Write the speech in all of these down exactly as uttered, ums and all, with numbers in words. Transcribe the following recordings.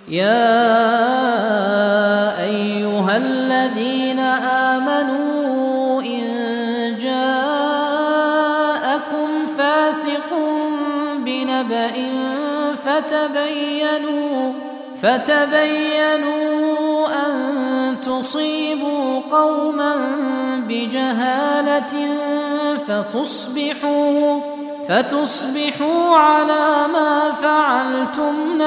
يا أيها الذين آمنوا إن جاءكم فاسق بنبأ فتبينوا فتبينوا أن تصيبوا قوما بجهالة فتصبحوا فتصبحوا على ما فعلتم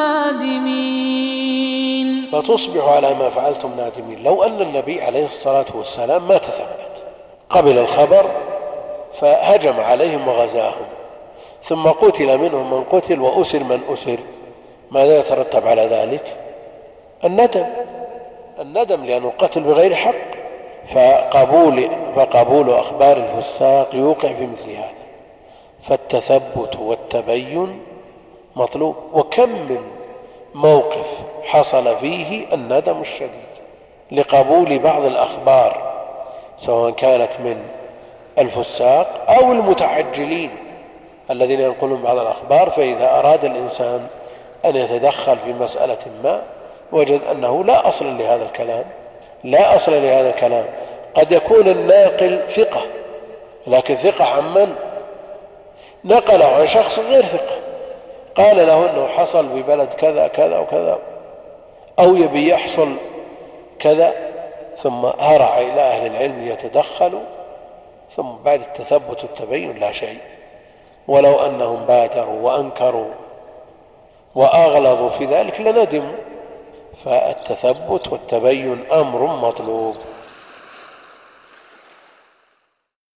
نادمين فتصبحوا على ما فعلتم نادمين. لو أن النبي عليه الصلاة والسلام ما تثبت، قبل الخبر فهجم عليهم وغزاهم، ثم قتل منهم من قتل وأسر من أسر، ماذا يترتب على ذلك؟ الندم الندم لأن القتل بغير حق. فقبول, فقبول أخبار الفساق يوقع في مثل هذا، فالتثبت والتبين مطلوب. وكم من موقف حصل فيه الندم الشديد لقبول بعض الأخبار، سواء كانت من الفساق أو المتعجلين الذين ينقلون بعض الأخبار، فإذا أراد الإنسان أن يتدخل في مسألة ما وجد أنه لا أصل لهذا الكلام لا أصل لهذا الكلام قد يكون الناقل ثقة، لكن ثقة عمن نقله عن شخص غير ثقة، قال له أنه حصل ببلد كذا كذا وكذا، أو يبي يحصل كذا، ثم هرع إلى أهل العلم يتدخلوا، ثم بعد التثبت والتبين لا شيء. ولو أنهم بادروا وأنكروا وأغلظوا في ذلك لندموا. فالتثبت والتبين أمر مطلوب.